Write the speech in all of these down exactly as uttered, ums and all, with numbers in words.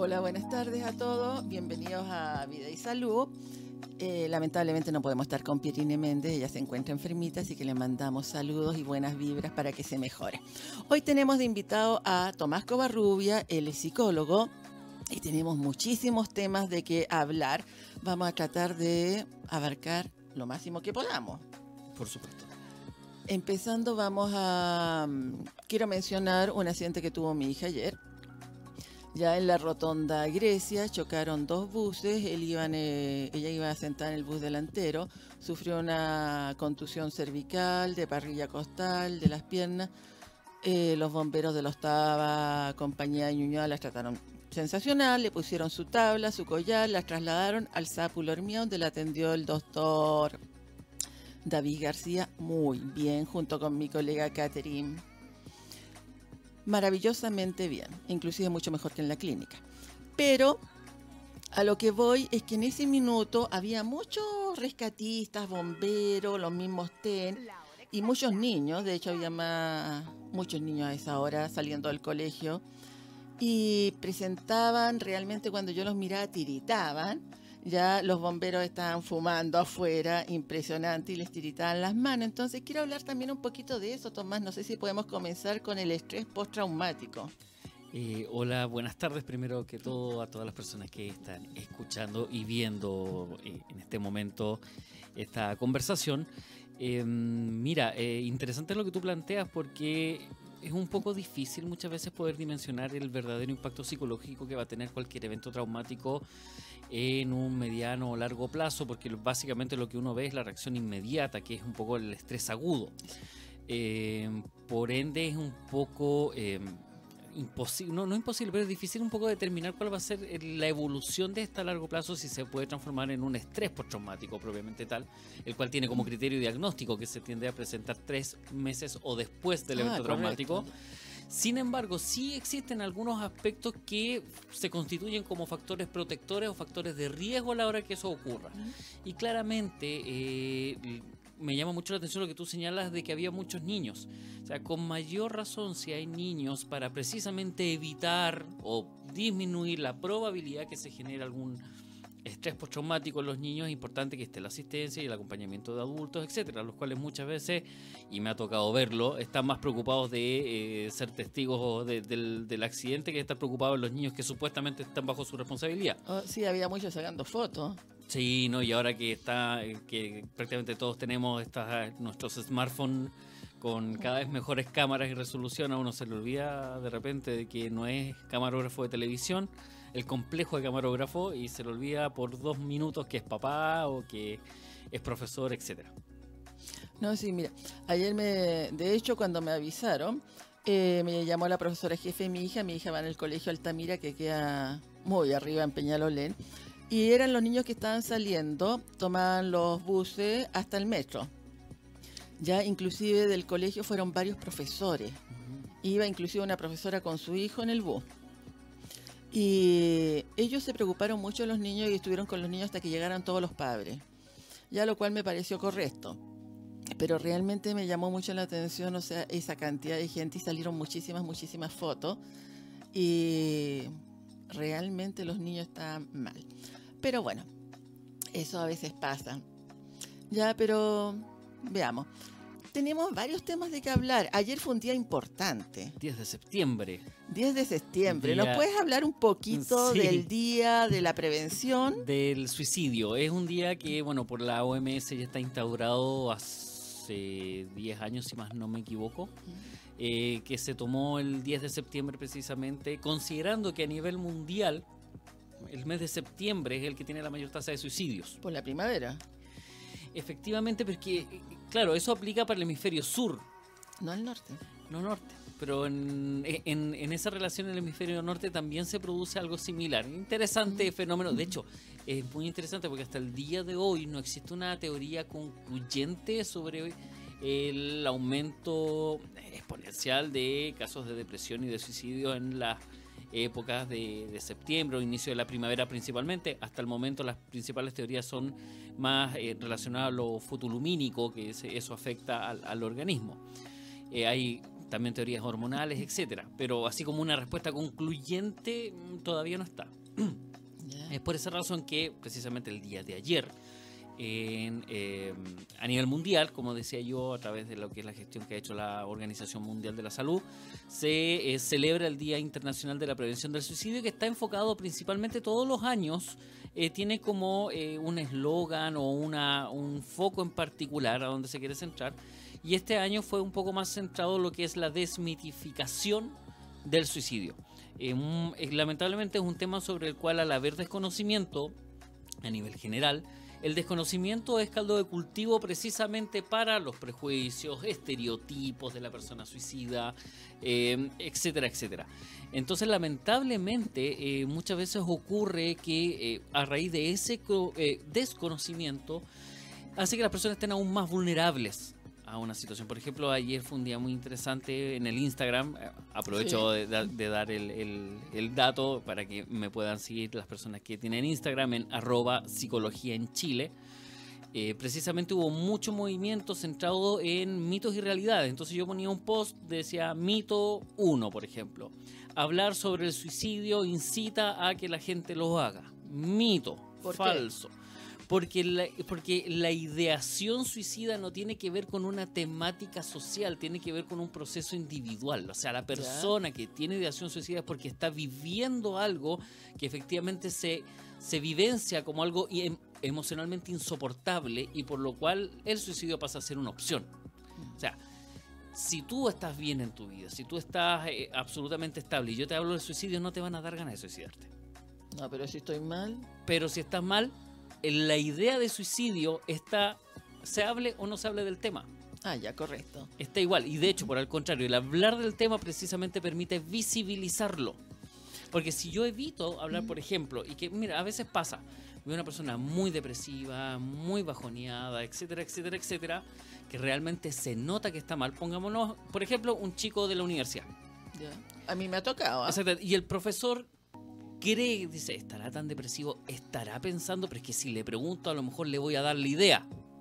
Hola, buenas tardes a todos. Bienvenidos a Vida y Salud. Eh, lamentablemente no podemos estar con Pierine Méndez, ella se encuentra enfermita, así que le mandamos saludos y buenas vibras para que se mejore. Hoy tenemos de invitado a Tomás Covarrubia, él es psicólogo, y tenemos muchísimos temas de que hablar. Vamos a tratar de abarcar lo máximo que podamos. Por supuesto. Empezando, vamos a... Quiero mencionar un accidente que tuvo mi hija ayer. Ya en la rotonda Grecia chocaron dos buses, él iban, eh, ella iba sentada en el bus delantero, sufrió una contusión cervical, de parrilla costal, de las piernas. Eh, los bomberos de la octava compañía de Ñuñoa las trataron sensacional, le pusieron su tabla, su collar, las trasladaron al S A P Ulormión, donde la atendió el doctor David García muy bien, junto con mi colega Catherine. Maravillosamente bien, inclusive mucho mejor que en la clínica. Pero a lo que voy es que en ese minuto había muchos rescatistas, bomberos, los mismos T E N y muchos niños. De hecho había más, muchos niños a esa hora saliendo del colegio y presentaban realmente, cuando yo los miraba, tiritaban. Ya los bomberos estaban fumando afuera, impresionante, y les tiritaban las manos. Entonces quiero hablar también un poquito de eso, Tomás. No sé si podemos comenzar con el estrés postraumático. Eh, hola, buenas tardes primero que todo a todas las personas que están escuchando y viendo eh, en este momento esta conversación. Eh, mira, eh, interesante lo que tú planteas, porque es un poco difícil muchas veces poder dimensionar el verdadero impacto psicológico que va a tener cualquier evento traumático en un mediano o largo plazo, porque básicamente lo que uno ve es la reacción inmediata, que es un poco el estrés agudo. Eh, por ende es un poco eh, imposible, no, no imposible, pero es difícil un poco determinar cuál va a ser la evolución de esta a largo plazo, si se puede transformar en un estrés postraumático propiamente tal, el cual tiene como criterio diagnóstico que se tiende a presentar tres meses o después del evento ah, traumático. Sin embargo, sí existen algunos aspectos que se constituyen como factores protectores o factores de riesgo a la hora que eso ocurra. Uh-huh. Y claramente eh, me llama mucho la atención lo que tú señalas de que había muchos niños. O sea, con mayor razón, si hay niños, para precisamente evitar o disminuir la probabilidad que se genere algún estrés postraumático en los niños, es importante que esté la asistencia y el acompañamiento de adultos, etcétera, los cuales muchas veces, y me ha tocado verlo, están más preocupados de eh, ser testigos de, del, del accidente que estar preocupados de los niños que supuestamente están bajo su responsabilidad. Oh, sí, había muchos sacando fotos. Sí, no, y ahora que está, que prácticamente todos tenemos estas, nuestros smartphones con cada vez mejores cámaras y resolución, a uno se le olvida de repente de que no es camarógrafo de televisión, el complejo de camarógrafo, y se le olvida por dos minutos que es papá o que es profesor, etcétera. No, sí, mira, ayer me, de hecho cuando me avisaron, eh, me llamó la profesora jefe de mi hija, mi hija va en el colegio Altamira, que queda muy arriba en Peñalolén, y eran los niños que estaban saliendo, tomaban los buses hasta el metro. Ya inclusive del colegio fueron varios profesores, uh-huh. Iba inclusive una profesora con su hijo en el bus. Y ellos se preocuparon mucho de los niños y estuvieron con los niños hasta que llegaran todos los padres, ya lo cual me pareció correcto. Pero realmente me llamó mucho la atención, o sea, esa cantidad de gente, y salieron muchísimas, muchísimas fotos, y realmente los niños estaban mal. Pero bueno, eso a veces pasa. Ya, pero veamos. Tenemos varios temas de que hablar. Ayer fue un día importante. diez de septiembre. diez de septiembre. Día... ¿Nos puedes hablar un poquito sí. del día de la prevención? Del suicidio. Es un día que, bueno, por la O M S ya está instaurado hace diez años, si más no me equivoco, uh-huh. eh, que se tomó el diez de septiembre precisamente, considerando que a nivel mundial el mes de septiembre es el que tiene la mayor tasa de suicidios. Por la primavera. Efectivamente, porque, claro, eso aplica para el hemisferio sur. No al norte. No norte. Pero en, en, en esa relación en el hemisferio norte también se produce algo similar. Interesante mm. fenómeno. De hecho, es muy interesante porque hasta el día de hoy no existe una teoría concluyente sobre el aumento exponencial de casos de depresión y de suicidio en las épocas de, de septiembre o inicio de la primavera principalmente. Hasta el momento las principales teorías son más eh, relacionadas a lo fotolumínico, que ese, eso afecta al, al organismo. Eh, hay también teorías hormonales, etcétera. Pero así como una respuesta concluyente todavía no está. Yeah. Es por esa razón que precisamente el día de ayer, en, eh, a nivel mundial, como decía yo, a través de lo que es la gestión que ha hecho la Organización Mundial de la Salud, se eh, celebra el Día Internacional de la Prevención del Suicidio, que está enfocado principalmente todos los años, eh, tiene como eh, un eslogan o una, un foco en particular a donde se quiere centrar, y este año fue un poco más centrado en lo que es la desmitificación del suicidio. Eh, un, eh, lamentablemente es un tema sobre el cual, al haber desconocimiento a nivel general, el desconocimiento es caldo de cultivo precisamente para los prejuicios, estereotipos de la persona suicida, eh, etcétera, etcétera. Entonces, lamentablemente, eh, muchas veces ocurre que eh, a raíz de ese eh, desconocimiento hace que las personas estén aún más vulnerables a una situación. Por ejemplo, ayer fue un día muy interesante en el Instagram. Aprovecho sí. de, de dar el, el, el dato para que me puedan seguir las personas que tienen Instagram en arroba psicología en Chile. Eh, precisamente hubo mucho movimiento centrado en mitos y realidades. Entonces yo ponía un post, decía mito uno, por ejemplo. Hablar sobre el suicidio incita a que la gente lo haga. Mito, falso. ¿Qué? Porque la, porque la ideación suicida no tiene que ver con una temática social, tiene que ver con un proceso individual. O sea, la persona ¿Ya? que tiene ideación suicida es porque está viviendo algo que efectivamente se, se vivencia como algo em, emocionalmente insoportable, y por lo cual el suicidio pasa a ser una opción. O sea, si tú estás bien en tu vida, si tú estás eh, absolutamente estable y yo te hablo del suicidio, no te van a dar ganas de suicidarte. No, pero si estoy mal. Pero si estás mal, la idea de suicidio está, se hable o no se hable del tema. Ah, ya, correcto. Está igual. Y de hecho, por el contrario, el hablar del tema precisamente permite visibilizarlo. Porque si yo evito hablar, por ejemplo, y que, mira, a veces pasa, veo una persona muy depresiva, muy bajoneada, etcétera, etcétera, etcétera, que realmente se nota que está mal. Pongámonos, por ejemplo, un chico de la universidad. Ya. A mí me ha tocado. ¿eh? Exacto. Y el profesor cree, dice, ¿estará tan depresivo? ¿Estará pensando? Pero es que si le pregunto, a lo mejor le voy a dar la idea.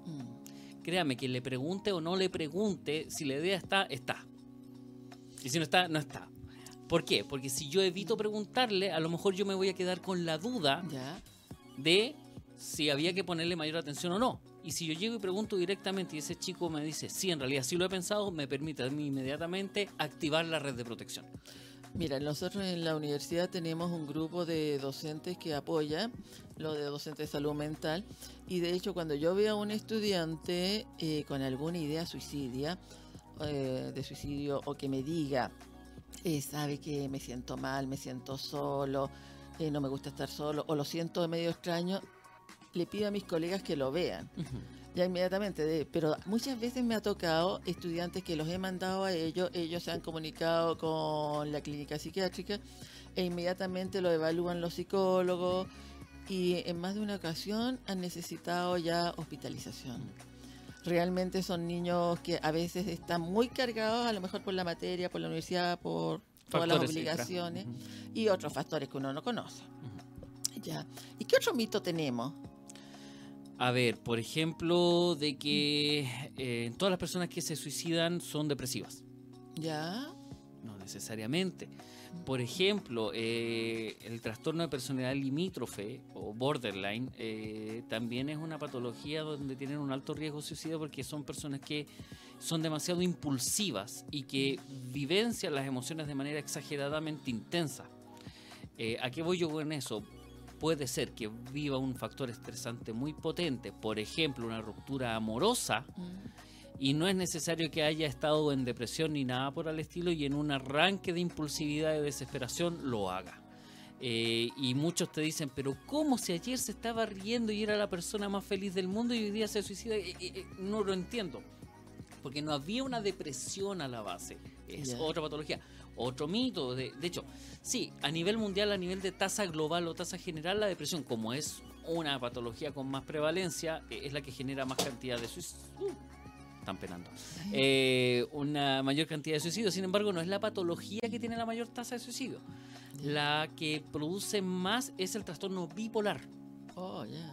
Mm. Créame, que le pregunte o no le pregunte, si la idea está, está. Y si no está, no está. ¿Por qué? Porque si yo evito preguntarle, a lo mejor yo me voy a quedar con la duda ¿Ya? de si había que ponerle mayor atención o no. Y si yo llego y pregunto directamente y ese chico me dice, sí, en realidad sí lo he pensado, me permite a mí inmediatamente activar la red de protección. Mira, nosotros en la universidad tenemos un grupo de docentes que apoya lo de docentes de salud mental, y de hecho cuando yo veo a un estudiante eh, con alguna idea suicidia, eh, de suicidio, o que me diga, eh, sabe que me siento mal, me siento solo, eh, no me gusta estar solo, o lo siento medio extraño, le pido a mis colegas que lo vean. Uh-huh. Ya inmediatamente, de, pero muchas veces me ha tocado estudiantes que los he mandado a ellos, ellos se han comunicado con la clínica psiquiátrica e inmediatamente lo evalúan los psicólogos, y en más de una ocasión han necesitado ya hospitalización. Realmente son niños que a veces están muy cargados, a lo mejor por la materia, por la universidad, por todas las obligaciones uh-huh. y otros factores que uno no conoce. Uh-huh. Ya. ¿Y qué otro mito tenemos? A ver, por ejemplo, de que eh, todas las personas que se suicidan son depresivas. ¿Ya? No necesariamente. Por ejemplo, eh, el trastorno de personalidad limítrofe o borderline eh, también es una patología donde tienen un alto riesgo de suicidio, porque son personas que son demasiado impulsivas y que vivencian las emociones de manera exageradamente intensa. Eh, ¿A qué voy yo con eso? Puede ser que viva un factor estresante muy potente, por ejemplo, una ruptura amorosa, mm. y no es necesario que haya estado en depresión ni nada por el estilo, y en un arranque de impulsividad y desesperación lo haga. Eh, y muchos te dicen, pero ¿cómo si ayer se estaba riendo y era la persona más feliz del mundo y hoy día se suicida? Eh, eh, no lo entiendo, porque no había una depresión a la base, es yeah. otra patología. Otro mito, de, de hecho, sí, a nivel mundial, a nivel de tasa global o tasa general, la depresión, como es una patología con más prevalencia, eh, es la que genera más cantidad de suicidios. Uh, están penando. Eh, una mayor cantidad de suicidios. Sin embargo, no es la patología que tiene la mayor tasa de suicidio. La que produce más es el trastorno bipolar. Oh, yeah.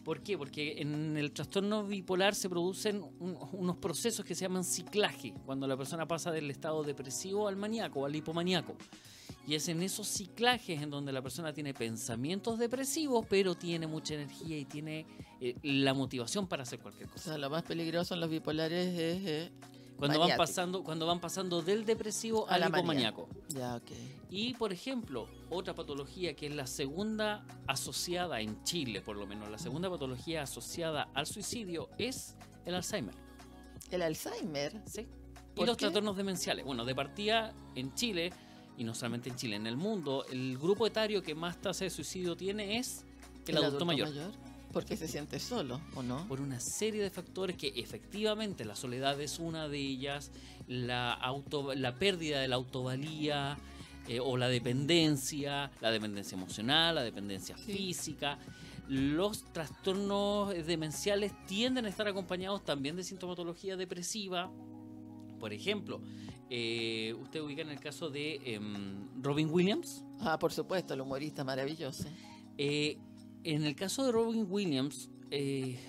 ¿Por qué? Porque en el trastorno bipolar se producen un, unos procesos que se llaman ciclaje, cuando la persona pasa del estado depresivo al maníaco, al hipomaníaco. Y es en esos ciclajes en donde la persona tiene pensamientos depresivos, pero tiene mucha energía y tiene eh, la motivación para hacer cualquier O cosa. sea, lo más peligroso en los bipolares es eh, Cuando van, maniático. pasando, cuando van pasando del depresivo A al la manía. hipomaníaco. Ya, ok. Y, por ejemplo, otra patología que es la segunda asociada en Chile, por lo menos, la segunda patología asociada al suicidio es el Alzheimer. El Alzheimer. ¿Sí? Y ¿Por los qué? trastornos demenciales. Bueno, de partida en Chile, y no solamente en Chile, en el mundo, el grupo etario que más tasa de suicidio tiene es el, adulto, mayor. Porque se siente solo, ¿o no? Por una serie de factores que efectivamente la soledad es una de ellas, la, auto, la pérdida de la autovalía eh, o la dependencia, la dependencia emocional, la dependencia Sí. física. Los trastornos demenciales tienden a estar acompañados también de sintomatología depresiva. Por ejemplo, eh, usted ubica en el caso de eh, Robin Williams. Ah, por supuesto, el humorista maravilloso. Eh, en el caso de Robin Williams, eh,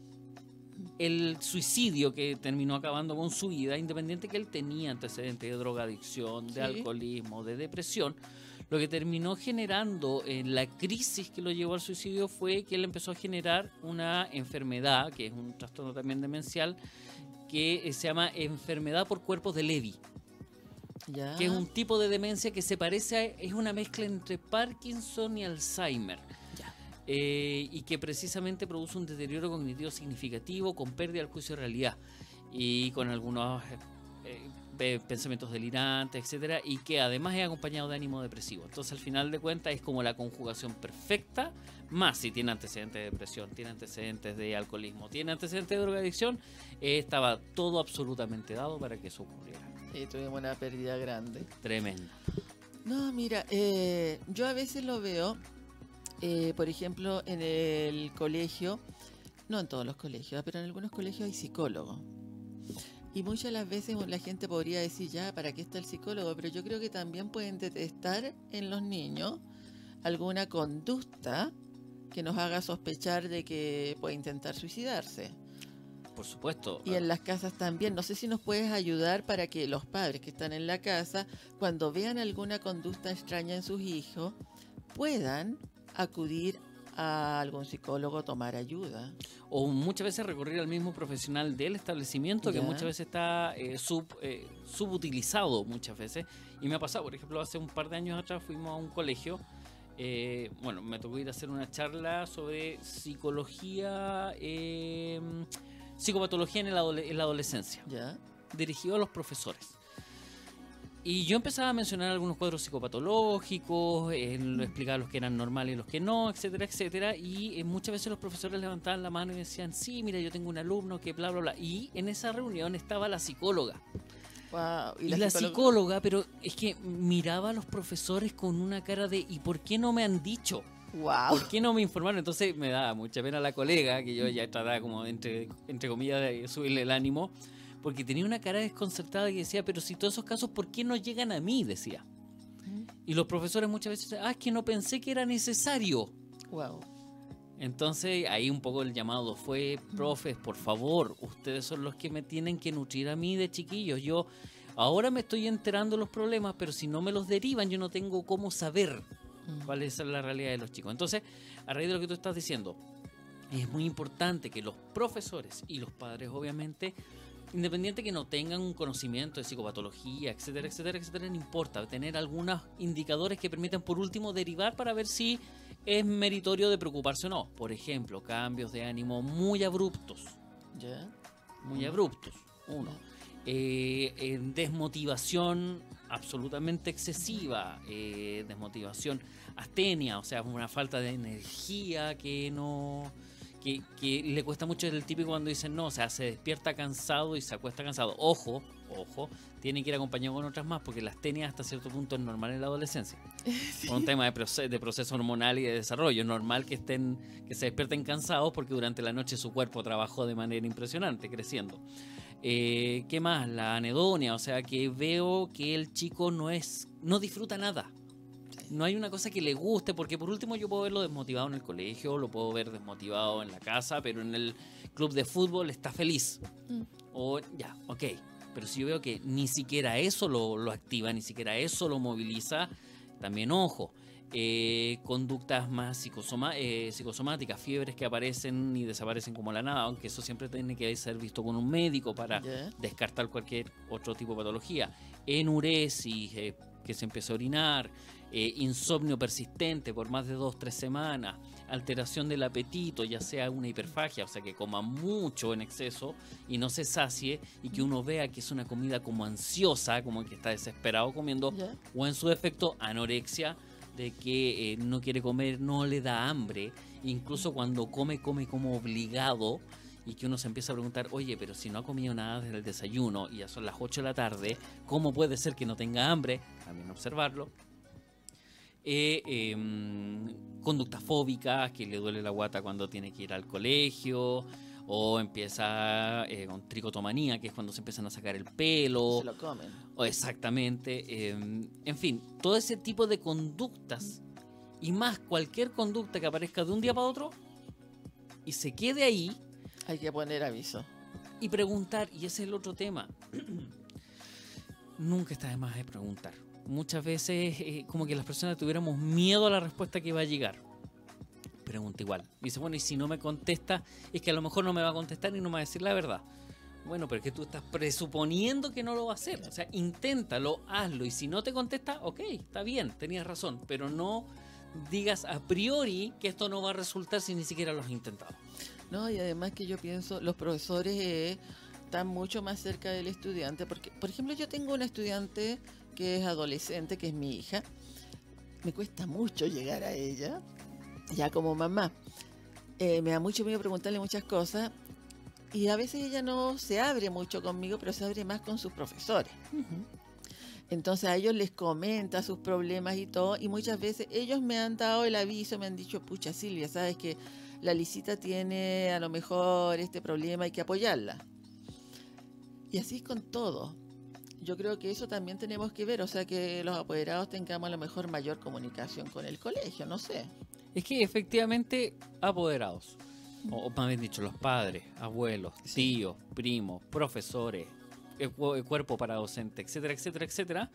el suicidio que terminó acabando con su vida, independiente que él tenía antecedentes de drogadicción, de Sí. alcoholismo, de depresión, lo que terminó generando en la crisis que lo llevó al suicidio fue que él empezó a generar una enfermedad, que es un trastorno también demencial, que se llama enfermedad por cuerpos de Levy, Ya. que es un tipo de demencia que se parece a, es una mezcla entre Parkinson y Alzheimer. Ya. Eh, y que precisamente produce un deterioro cognitivo significativo con pérdida del juicio de realidad y con algunos eh, eh, pensamientos delirantes, etcétera, y que además es acompañado de ánimo depresivo. Entonces, al final de cuentas, es como la conjugación perfecta, más si tiene antecedentes de depresión, tiene antecedentes de alcoholismo, tiene antecedentes de drogadicción, eh, estaba todo absolutamente dado para que eso ocurriera. Sí, tuvimos una pérdida grande. Tremendo. No, mira, eh, yo a veces lo veo, eh, por ejemplo, en el colegio, no en todos los colegios, pero en algunos colegios hay psicólogos. Y muchas de las veces la gente podría decir, ya, ¿para qué está el psicólogo? Pero yo creo que también pueden detectar en los niños alguna conducta que nos haga sospechar de que puede intentar suicidarse. Por supuesto. Y en las casas también. No sé si nos puedes ayudar para que los padres que están en la casa, cuando vean alguna conducta extraña en sus hijos, puedan acudir a algún psicólogo, tomar ayuda. O muchas veces recurrir al mismo profesional del establecimiento, que Ya. muchas veces está eh, sub, eh, subutilizado muchas veces. Y me ha pasado, por ejemplo, hace un par de años atrás fuimos a un colegio. Eh, bueno, me tocó ir a hacer una charla sobre psicología, eh, psicopatología en, el adole- en la adolescencia, ¿Ya? dirigido a los profesores. Y yo empezaba a mencionar algunos cuadros psicopatológicos, eh, lo explicaba los que eran normales y los que no, etcétera, etcétera. Y eh, muchas veces los profesores levantaban la mano y decían, sí, mira, yo tengo un alumno que bla, bla, bla. Y en esa reunión estaba la psicóloga. Wow. Y, la psicóloga, pero es que miraba a los profesores con una cara de, ¿y por qué no me han dicho? Wow. ¿Por qué no me informaron? Entonces me daba mucha pena la colega, que yo ya trataba como, entre, entre comillas, de subirle el ánimo, porque tenía una cara desconcertada y decía, pero si todos esos casos, ¿por qué no llegan a mí? Decía. Y los profesores muchas veces decían, ah, es que no pensé que era necesario. Wow. Entonces ahí un poco el llamado fue, profes, por favor, ustedes son los que me tienen que nutrir a mí de chiquillos. Yo ahora me estoy enterando de los problemas, pero si no me los derivan, yo no tengo cómo saber cuál es la realidad de los chicos. Entonces, a raíz de lo que tú estás diciendo, es muy importante que los profesores y los padres, obviamente, independiente que no tengan un conocimiento de psicopatología, etcétera, etcétera, etcétera, no importa, tener algunos indicadores que permitan, por último, derivar para ver si es meritorio de preocuparse o no. Por ejemplo, cambios de ánimo muy abruptos. ¿Ya? Muy abruptos. Uno. Eh, eh, desmotivación absolutamente excesiva. Eh, desmotivación, astenia, o sea, una falta de energía que no... Que, que le cuesta mucho, el típico cuando dicen no, o sea, se despierta cansado y se acuesta cansado. Ojo, ojo, tiene que ir acompañado con otras más, porque la astenia hasta cierto punto es normal en la adolescencia. Sí. Por un tema de, proce de proceso hormonal y de desarrollo. Es normal que estén, que se despierten cansados porque durante la noche su cuerpo trabajó de manera impresionante, creciendo. Eh, ¿Qué más? La anedonia, o sea, que veo que el chico no es, no disfruta nada. No hay una cosa que le guste, porque por último yo puedo verlo desmotivado en el colegio, lo puedo ver desmotivado en la casa, pero en el club de fútbol está feliz. Mm. O ya, ok. Pero si yo veo que ni siquiera eso lo, lo activa, ni siquiera eso lo moviliza, también ojo. Eh, conductas más psicosoma, eh, psicosomáticas, fiebres que aparecen y desaparecen como la nada, aunque eso siempre tiene que ser visto con un médico para yeah. descartar cualquier otro tipo de patología. Enuresis, eh, que se empieza a orinar, eh, insomnio persistente por más de dos, tres semanas, alteración del apetito, ya sea una hiperfagia, o sea que coma mucho en exceso y no se sacie, y que uno vea que es una comida como ansiosa, como que está desesperado comiendo, yeah. o en su defecto anorexia, de que eh, no quiere comer, no le da hambre, incluso cuando come, come como obligado, y que uno se empieza a preguntar, oye, pero si no ha comido nada desde el desayuno y ya son las ocho de la tarde, ¿cómo puede ser que no tenga hambre? También observarlo. Eh, eh, conductas fóbicas, que le duele la guata cuando tiene que ir al colegio, o empieza eh, con tricotomanía, que es cuando se empiezan a sacar el pelo. Se lo comen. O exactamente. Eh, en fin, todo ese tipo de conductas, y más cualquier conducta que aparezca de un día para otro y se quede ahí. Hay que poner aviso. Y preguntar, y ese es el otro tema. Nunca está de más de preguntar. Muchas veces eh, como que las personas tuviéramos miedo a la respuesta que va a llegar. Pregunta igual. Dice, bueno, y si no me contesta, es que a lo mejor no me va a contestar y no me va a decir la verdad. Bueno, pero es que tú estás presuponiendo que no lo va a hacer. O sea, inténtalo, hazlo, y si no te contesta, ok, está bien, tenías razón, pero no digas a priori que esto no va a resultar si ni siquiera lo has intentado. No, y además que yo pienso, los profesores eh, están mucho más cerca del estudiante, porque, por ejemplo, yo tengo una estudiante que es adolescente, que es mi hija. Me cuesta mucho llegar a ella, ya como mamá. Eh, me da mucho miedo preguntarle muchas cosas, y a veces ella no se abre mucho conmigo, pero se abre más con sus profesores. Uh-huh. Entonces a ellos les comenta sus problemas y todo, y muchas veces ellos me han dado el aviso, me han dicho, pucha Silvia, sabes que la Lisita tiene a lo mejor este problema, hay que apoyarla. Y así es con todo. Yo creo que eso también tenemos que ver, o sea, que los apoderados tengamos a lo mejor mayor comunicación con el colegio, no sé. Es que efectivamente, apoderados, o más bien dicho, los padres, abuelos, sí. tíos, primos, profesores, el, el cuerpo para docente, etcétera, etcétera, etcétera.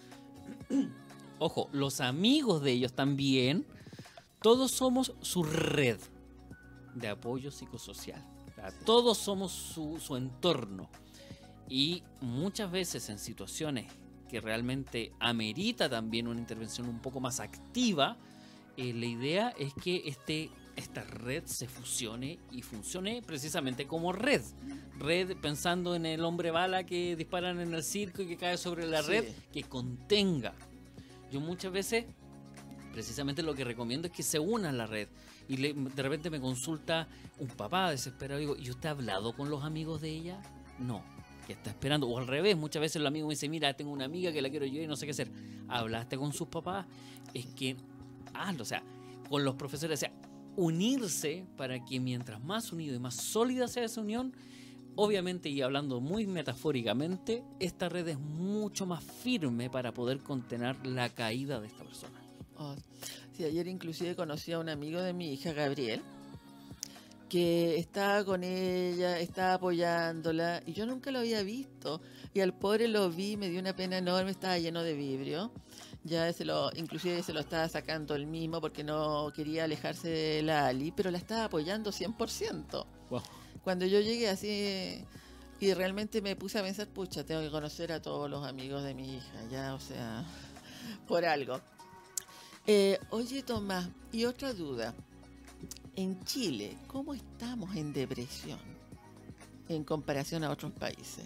Ojo, los amigos de ellos también, todos somos su red de apoyo psicosocial. O sea, todos somos su, su entorno. Y muchas veces en situaciones que realmente amerita también una intervención un poco más activa, eh, la idea es que este, esta red se fusione y funcione precisamente como red. Red pensando en el hombre bala que disparan en el circo y que cae sobre la sí. red, que contenga. Yo muchas veces, precisamente lo que recomiendo es que se una a la red. Y le, de repente me consulta un papá desesperado y digo, ¿y usted ha hablado con los amigos de ella? No. Que está esperando, o al revés, muchas veces el amigo me dice, mira, tengo una amiga que la quiero yo y no sé qué hacer. ¿Hablaste con sus papás? Es que hazlo, o sea, con los profesores, o sea, unirse para que mientras más unido y más sólida sea esa unión, obviamente, y hablando muy metafóricamente, esta red es mucho más firme para poder contener la caída de esta persona. Oh, sí, ayer inclusive conocí a un amigo de mi hija, Gabriel, que estaba con ella, estaba apoyándola, y yo nunca lo había visto, y al pobre lo vi, me dio una pena enorme, estaba lleno de vibrio, ya se lo, inclusive se lo estaba sacando él mismo porque no quería alejarse de la Ali, pero la estaba apoyando cien por ciento. Wow. Cuando yo llegué así, y realmente me puse a pensar, pucha, tengo que conocer a todos los amigos de mi hija, ya, o sea, por algo. Eh, oye, Tomás, y otra duda. En Chile, ¿cómo estamos en depresión en comparación a otros países?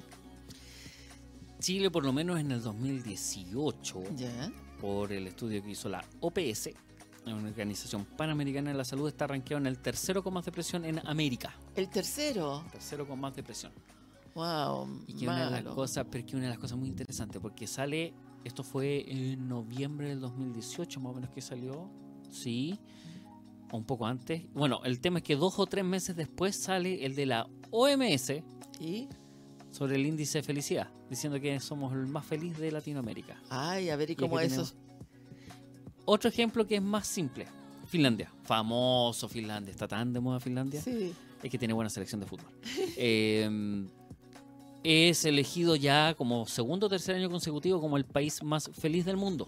Chile, por lo menos en el dos mil dieciocho, ¿ya? Por el estudio que hizo la O P S, una organización panamericana de la salud, está rankeado en el tercero con más depresión en América. ¿El tercero? Tercero con más depresión. Wow, y que una de las cosas, pero que una de las cosas muy interesantes, porque sale, esto fue en noviembre del dos mil dieciocho, más o menos que salió, sí, un poco antes. Bueno, el tema es que dos o tres meses después sale el de la O M S ¿y? Sobre el índice de felicidad, diciendo que somos el más feliz de Latinoamérica. Ay, a ver, ¿y cómo eso? Tenemos... otro ejemplo que es más simple. Finlandia. Famoso Finlandia. ¿Está tan de moda Finlandia? Sí. Es que tiene buena selección de fútbol. eh, es elegido ya como segundo o tercer año consecutivo como el país más feliz del mundo.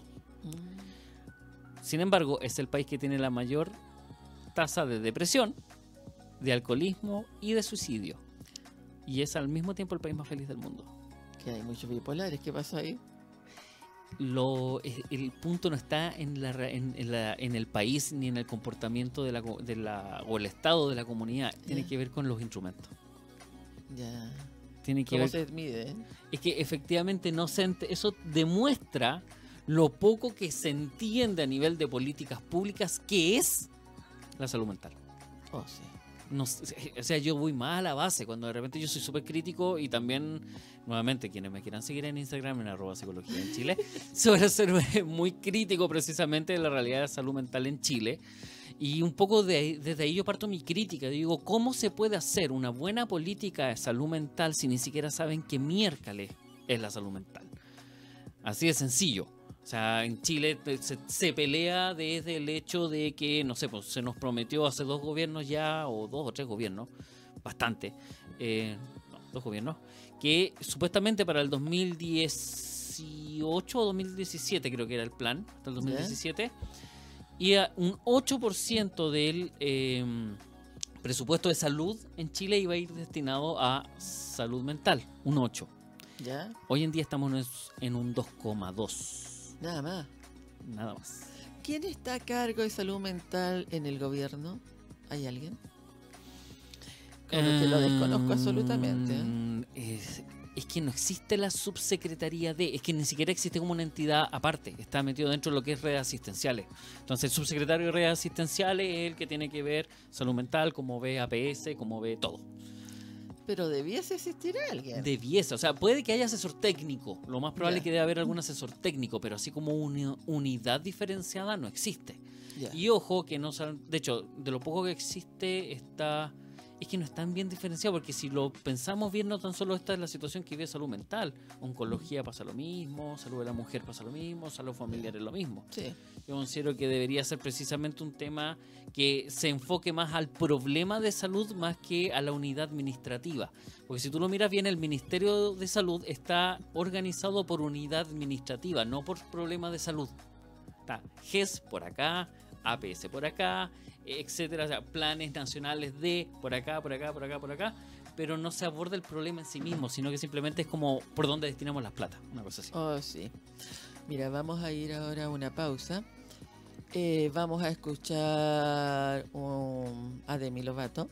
Mm. Sin embargo, es el país que tiene la mayor tasa de depresión, de alcoholismo y de suicidio. Y es al mismo tiempo el país más feliz del mundo. Que hay muchos bipolares. ¿Qué pasó ahí? Lo, el punto no está en, la, en, en, la, en el país ni en el comportamiento de la, de la, o el estado de la comunidad. Tiene yeah. que ver con los instrumentos. Ya. Yeah. Tiene que ¿Cómo ver, se mide? Es que efectivamente no se ent- eso demuestra lo poco que se entiende a nivel de políticas públicas que es la salud mental. Oh, sí. No, o sea, yo voy más a la base cuando de repente yo soy súper crítico y también, nuevamente, quienes me quieran seguir en Instagram, en arroba psicología en Chile, suelo ser muy crítico precisamente de la realidad de la salud mental en Chile. Y un poco de ahí, desde ahí yo parto mi crítica. Digo, ¿cómo se puede hacer una buena política de salud mental si ni siquiera saben qué miércoles es la salud mental? Así de sencillo. O sea, en Chile se, se pelea desde el hecho de que, no sé, pues se nos prometió hace dos gobiernos ya, o dos o tres gobiernos, bastante, eh, no, dos gobiernos, que supuestamente para el dos mil dieciocho o dos mil diecisiete creo que era el plan, hasta el dos mil diecisiete, y a un ocho por ciento del eh, presupuesto de salud en Chile iba a ir destinado a salud mental, un ocho. ¿Ya? Hoy en día estamos en un dos coma dos. Nada más. Nada más. ¿Quién está a cargo de salud mental en el gobierno? ¿Hay alguien? Con lo que lo desconozco absolutamente. ¿eh? Es, es que no existe la subsecretaría de... Es que ni siquiera existe como una entidad aparte. Está metido dentro de lo que es redes asistenciales. Entonces el subsecretario de redes asistenciales es el que tiene que ver salud mental, como ve A P S, como ve todo. Pero debiese existir alguien. Debiese, o sea, puede que haya asesor técnico. Lo más probable yeah. es que debe haber algún asesor técnico, pero así como una unidad diferenciada no existe. Yeah. Y ojo que no... De hecho, de lo poco que existe está... Es que no están bien diferenciados, porque si lo pensamos bien, no tan solo esta es la situación que vive salud mental. Oncología pasa lo mismo, salud de la mujer pasa lo mismo, salud familiar es lo mismo. Sí. Yo considero que debería ser precisamente un tema que se enfoque más al problema de salud más que a la unidad administrativa. Porque si tú lo miras bien, el Ministerio de Salud está organizado por unidad administrativa, no por problema de salud. Está G E S por acá, A P S por acá, etcétera, o sea, planes nacionales de por acá, por acá, por acá, por acá, pero no se aborda el problema en sí mismo, sino que simplemente es como por dónde destinamos las plata, una cosa así. Oh, sí. Mira, vamos a ir ahora a una pausa. Eh, vamos a escuchar um, a Demi Lovato.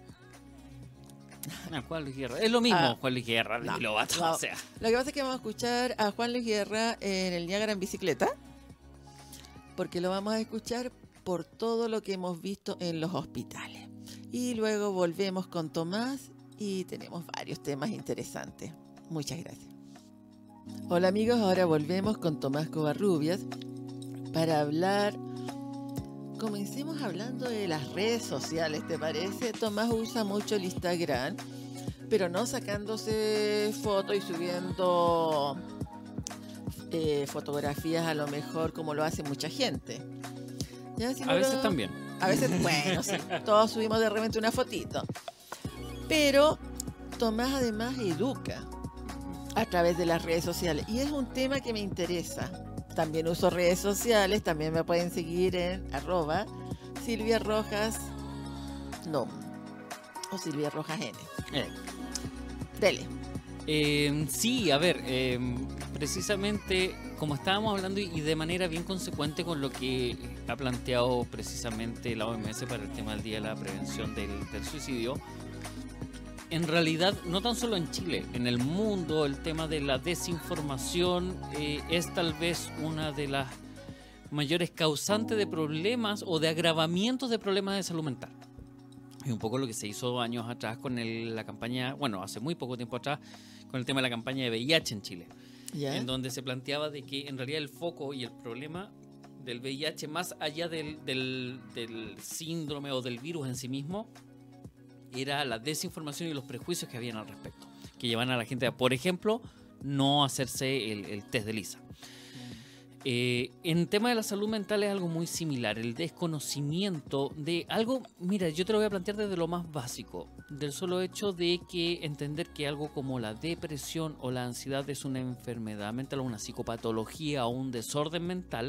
Ah, Juan Luis Guerra. Es lo mismo, ah, Juan Luis Guerra, Demi no, Lovato. No. O sea. Lo que pasa es que vamos a escuchar a Juan Luis Guerra en el Niágara en bicicleta, porque lo vamos a escuchar por todo lo que hemos visto en los hospitales. Y luego volvemos con Tomás y tenemos varios temas interesantes. Muchas gracias. Hola amigos, ahora volvemos con Tomás Covarrubias para hablar. Comencemos hablando de las redes sociales, ¿te parece? Tomás usa mucho el Instagram, pero no sacándose fotos y subiendo eh, fotografías a lo mejor como lo hace mucha gente. ¿Ya? Si a no veces lo... también. A veces, bueno, sí, todos subimos de repente una fotito. Pero Tomás además educa a través de las redes sociales. Y es un tema que me interesa. También uso redes sociales, también me pueden seguir en arroba Silvia Rojas no o Silvia Rojas N. Eh. Dele. Eh, sí, a ver, eh, precisamente como estábamos hablando y de manera bien consecuente con lo que ha planteado precisamente la O M S para el tema del Día de la Prevención del, del Suicidio, en realidad, no tan solo en Chile, en el mundo el tema de la desinformación eh, es tal vez una de las mayores causantes de problemas o de agravamientos de problemas de salud mental. Y un poco lo que se hizo años atrás con el, la campaña, bueno, hace muy poco tiempo atrás, con el tema de la campaña de V I H en Chile. ¿Ya? En donde se planteaba de que en realidad el foco y el problema del V I H, más allá del, del, del síndrome o del virus en sí mismo, era la desinformación y los prejuicios que habían al respecto, que llevan a la gente a, por ejemplo, no hacerse el, el test de Lisa. Eh, en tema de la salud mental es algo muy similar, el desconocimiento de algo. Mira, yo te lo voy a plantear desde lo más básico, del solo hecho de que entender que algo como la depresión o la ansiedad es una enfermedad mental o una psicopatología o un desorden mental.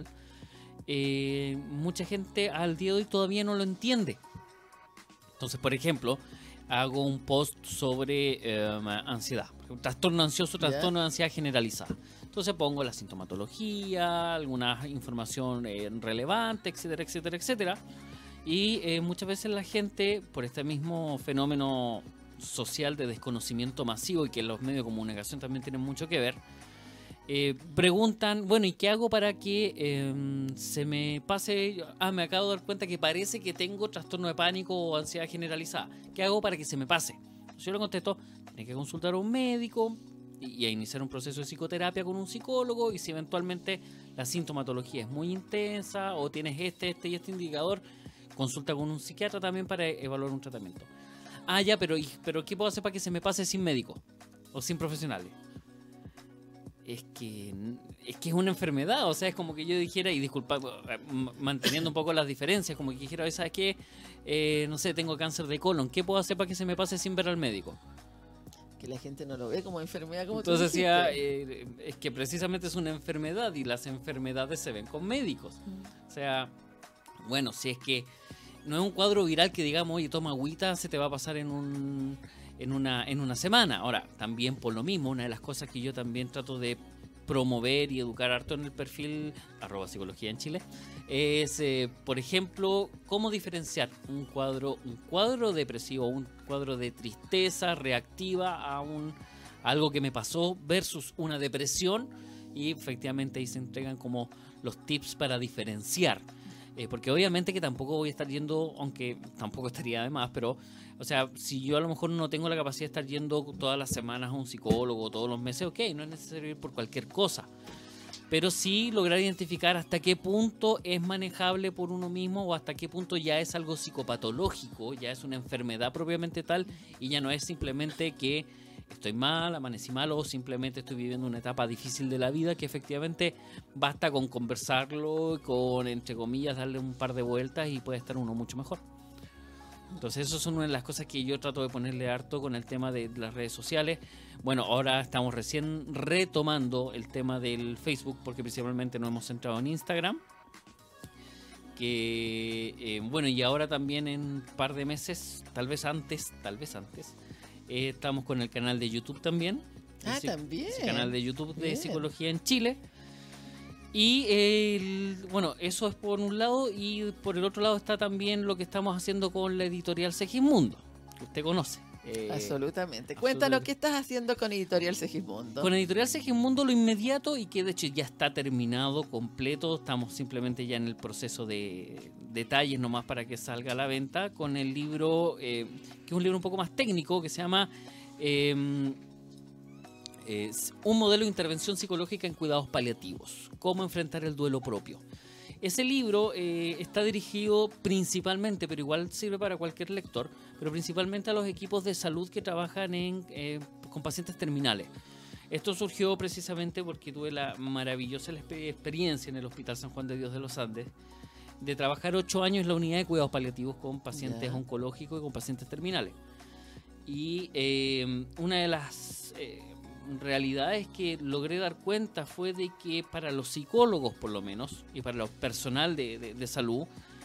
Eh, mucha gente al día de hoy todavía no lo entiende. Entonces, por ejemplo, hago un post sobre eh, ansiedad, trastorno ansioso, trastorno de ansiedad generalizada. Entonces pongo la sintomatología, alguna información eh, relevante, etcétera, etcétera, etcétera. Y eh, muchas veces la gente, por este mismo fenómeno social de desconocimiento masivo y que los medios de comunicación también tienen mucho que ver, eh, preguntan, bueno, ¿y qué hago para que eh, se me pase? Ah, me acabo de dar cuenta que parece que tengo trastorno de pánico o ansiedad generalizada. ¿Qué hago para que se me pase? Entonces yo le contesto, tienes que consultar a un médico y a iniciar un proceso de psicoterapia con un psicólogo, y si eventualmente la sintomatología es muy intensa o tienes este, este y este indicador, consulta con un psiquiatra también para evaluar un tratamiento. Ah, ya, pero, pero ¿qué puedo hacer para que se me pase sin médico o sin profesionales? Es que, es que es una enfermedad, o sea, es como que yo dijera, y disculpa, manteniendo un poco las diferencias, como que dijera, ¿sabes qué? Eh, no sé, tengo cáncer de colon, ¿qué puedo hacer para que se me pase sin ver al médico? Que la gente no lo ve como enfermedad, como Entonces tú decía, eh, es que precisamente es una enfermedad y las enfermedades se ven con médicos. O sea, bueno, si es que no es un cuadro viral que digamos, oye, toma agüita, se te va a pasar en un en una en una semana. Ahora, también por lo mismo, una de las cosas que yo también trato de promover y educar harto en el perfil arroba psicología en Chile es, eh, por ejemplo, cómo diferenciar un cuadro un cuadro depresivo, un cuadro de tristeza reactiva a un a algo que me pasó versus una depresión, y efectivamente ahí se entregan como los tips para diferenciar. Eh, porque obviamente que tampoco voy a estar yendo, aunque tampoco estaría de más, pero, o sea, si yo a lo mejor no tengo la capacidad de estar yendo todas las semanas a un psicólogo, todos los meses, ok, no es necesario ir por cualquier cosa. Pero sí lograr identificar hasta qué punto es manejable por uno mismo o hasta qué punto ya es algo psicopatológico, ya es una enfermedad propiamente tal y ya no es simplemente que estoy mal, amanecí mal o simplemente estoy viviendo una etapa difícil de la vida, que efectivamente basta con conversarlo, con, entre comillas, darle un par de vueltas y puede estar uno mucho mejor. Entonces eso son una de las cosas que yo trato de ponerle harto con el tema de las redes sociales. Bueno, ahora estamos recién retomando el tema del Facebook porque principalmente nos hemos centrado en Instagram. Que, eh, bueno, y ahora también en un par de meses, tal vez antes, tal vez antes, Eh, estamos con el canal de YouTube también. Ah, el, también. El canal de YouTube de Bien. Psicología en Chile. Y el, bueno, eso es por un lado, y por el otro lado está también lo que estamos haciendo con la editorial Segismundo, que usted conoce. Eh, absolutamente. Cuéntanos qué estás haciendo con Editorial Segismundo. Con Editorial Segismundo lo inmediato, y que de hecho ya está terminado, completo. Estamos simplemente ya en el proceso de detalles nomás para que salga a la venta, con el libro, eh, que es un libro un poco más técnico, que se llama eh, eh, Un modelo de intervención psicológica en cuidados paliativos. Cómo enfrentar el duelo propio. Ese libro eh, está dirigido principalmente, pero igual sirve para cualquier lector, pero principalmente a los equipos de salud que trabajan en, eh, con pacientes terminales. Esto surgió precisamente porque tuve la maravillosa experiencia en el Hospital San Juan de Dios de los Andes de trabajar ocho años en la unidad de cuidados paliativos con pacientes yeah. oncológicos y con pacientes terminales. Y eh, una de las eh, realidades que logré dar cuenta fue de que para los psicólogos, por lo menos, y para el personal de, de, de salud,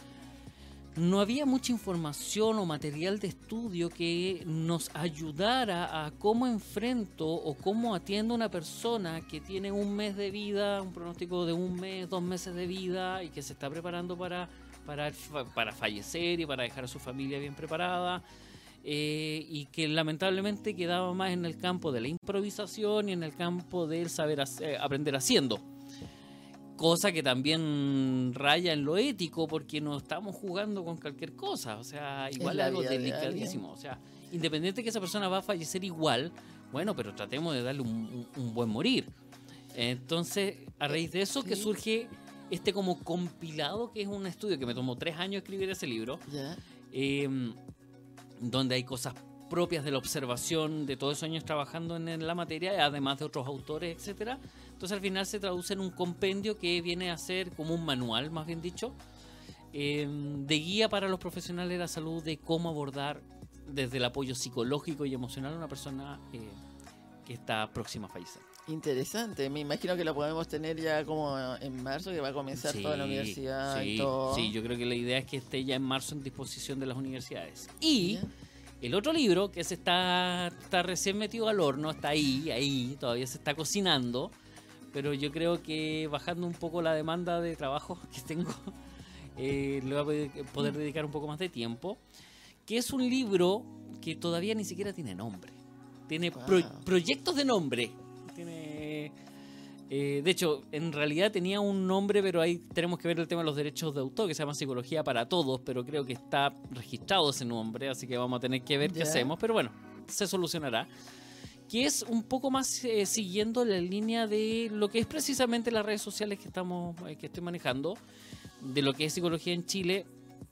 no había mucha información o material de estudio que nos ayudara a cómo enfrento o cómo atiendo a una persona que tiene un mes de vida, un pronóstico de un mes, dos meses de vida, y que se está preparando para, para, para fallecer y para dejar a su familia bien preparada. Eh, y que lamentablemente quedaba más en el campo de la improvisación y en el campo del saber hacer, aprender haciendo, cosa que también raya en lo ético, porque no estamos jugando con cualquier cosa, o sea, igual es algo delicadísimo, o sea, independiente que esa persona va a fallecer igual, bueno, pero tratemos de darle un, un, un buen morir. Entonces, a raíz de eso, sí, que surge este como compilado, que es un estudio que me tomó tres años escribir ese libro, yeah. eh, donde hay cosas propias de la observación de todos esos años trabajando en la materia, además de otros autores, etcétera. Entonces al final se traduce en un compendio que viene a ser como un manual, más bien dicho, eh, de guía para los profesionales de la salud de cómo abordar desde el apoyo psicológico y emocional a una persona eh, que está próxima a fallecer. Interesante, me imagino que lo podemos tener ya como en marzo, que va a comenzar Sí, toda la universidad sí, y todo. sí, yo creo que la idea es que esté ya en marzo en disposición de las universidades. Y ¿Ya? el otro libro, que se está, está recién metido al horno, está ahí, ahí, todavía se está cocinando, pero yo creo que bajando un poco la demanda de trabajo que tengo, eh, le voy a poder dedicar un poco más de tiempo, que es un libro que todavía ni siquiera tiene nombre. Tiene Wow. pro- proyectos de nombre. Tiene, eh, de hecho, en realidad tenía un nombre, pero ahí tenemos que ver el tema de los derechos de autor, que se llama Psicología para Todos, pero creo que está registrado ese nombre, así que vamos a tener que ver qué Ya. hacemos, pero bueno, se solucionará. Que es un poco más eh, siguiendo la línea de lo que es precisamente las redes sociales que estamos eh, que estoy manejando, de lo que es psicología en Chile,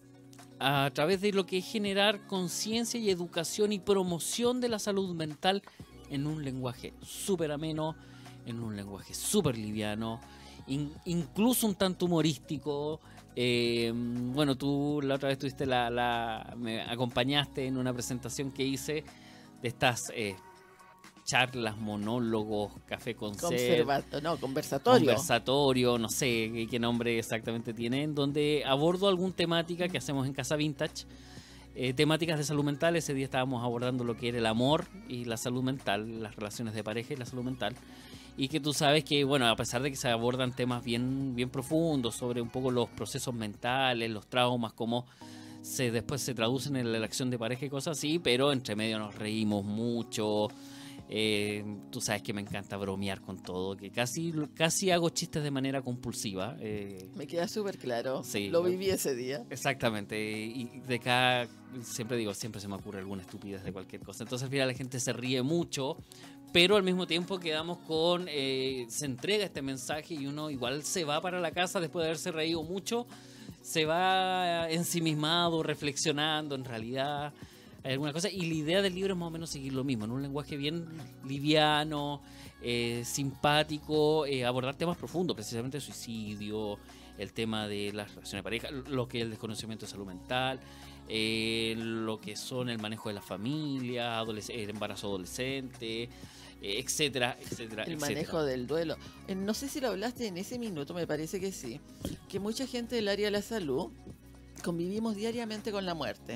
a través de lo que es generar conciencia y educación y promoción de la salud mental en un lenguaje súper ameno, en un lenguaje súper liviano, in- incluso un tanto humorístico. Eh, bueno, tú la otra vez tuviste la, la- me acompañaste en una presentación que hice de estas eh, charlas, monólogos, café con sed, Conserva no, conversatorio. conversatorio, no sé qué, qué nombre exactamente tiene, en donde abordo alguna temática que hacemos en Casa Vintage, eh, temáticas de salud mental. Ese día estábamos abordando lo que era el amor y la salud mental, las relaciones de pareja y la salud mental. Y que tú sabes que, bueno, a pesar de que se abordan temas bien, bien profundos sobre un poco los procesos mentales, los traumas, cómo se, después se traducen en la elección de pareja y cosas así, pero entre medio nos reímos mucho. Eh, tú sabes que me encanta bromear con todo, que casi, casi hago chistes de manera compulsiva. Eh, Me queda súper claro. Sí. Lo viví ese día. exactamente, y de acá siempre digo, siempre se me ocurre alguna estupidez de cualquier cosa. Entonces al final la gente se ríe mucho, pero al mismo tiempo quedamos con, eh, se entrega este mensaje y uno igual se va para la casa después de haberse reído mucho, se va ensimismado, reflexionando en realidad. Hay alguna cosa, y la idea del libro es más o menos seguir lo mismo, en un lenguaje bien liviano, eh, simpático, eh, abordar temas profundos, precisamente el suicidio, el tema de las relaciones de pareja, lo que es el desconocimiento de salud mental, eh, lo que son el manejo de la familia, adoles- el embarazo adolescente, eh, etcétera, etcétera, El etcétera. manejo del duelo. Eh, No sé si lo hablaste en ese minuto, me parece que sí. Que mucha gente del área de la salud convivimos diariamente con la muerte.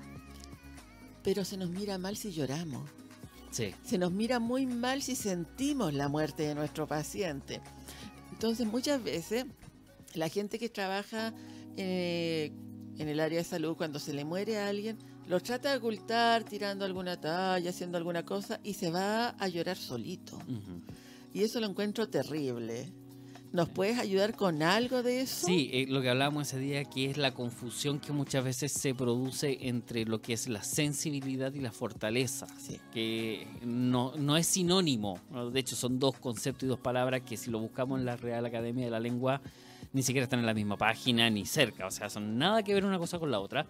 Pero se nos mira mal si lloramos. Sí. Se nos mira muy mal si sentimos la muerte de nuestro paciente. Entonces, muchas veces, la gente que trabaja eh, en el área de salud, cuando se le muere a alguien, lo trata de ocultar, tirando alguna talla, haciendo alguna cosa, y se va a llorar solito. Ujú. Y eso lo encuentro terrible. ¿Nos puedes ayudar con algo de eso? Sí, eh, lo que hablábamos ese día, que es la confusión que muchas veces se produce entre lo que es la sensibilidad y la fortaleza, Sí. que no, no es sinónimo, ¿no? De hecho son dos conceptos y dos palabras que si lo buscamos en la Real Academia de la Lengua ni siquiera están en la misma página ni cerca, o sea, son nada que ver una cosa con la otra.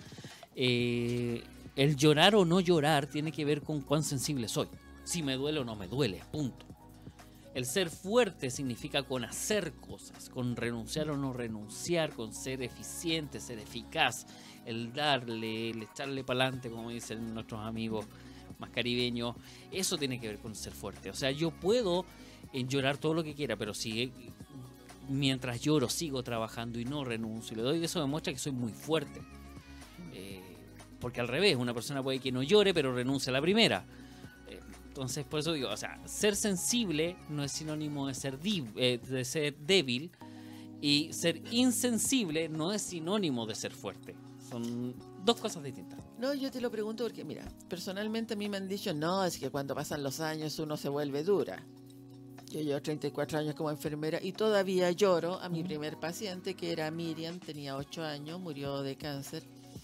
Eh, el llorar o no llorar tiene que ver con cuán sensible soy, si me duele o no me duele, punto. El ser fuerte significa con hacer cosas, con renunciar o no renunciar, con ser eficiente, ser eficaz, el darle, el echarle para adelante, como dicen nuestros amigos más caribeños. Eso tiene que ver con ser fuerte. O sea, yo puedo eh, llorar todo lo que quiera, pero si eh, mientras lloro sigo trabajando y no renuncio y le doy, eso demuestra que soy muy fuerte. Eh, porque al revés, una persona puede que no llore, pero renuncia a la primera. Entonces, por eso digo, o sea, ser sensible no es sinónimo de ser, div, eh, de ser débil, y ser insensible no es sinónimo de ser fuerte. Son dos cosas distintas. No, yo te lo pregunto porque, mira, personalmente a mí me han dicho, no, es que cuando pasan los años uno se vuelve dura. Yo llevo treinta y cuatro años como enfermera y todavía lloro a mi primer paciente, que era Miriam, tenía ocho años, murió de cáncer.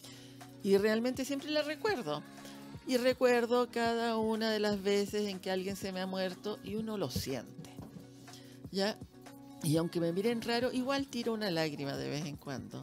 Y realmente siempre la recuerdo. Y recuerdo cada una de las veces en que alguien se me ha muerto y uno lo siente. ¿Ya? Y aunque me miren raro, igual tiro una lágrima de vez en cuando.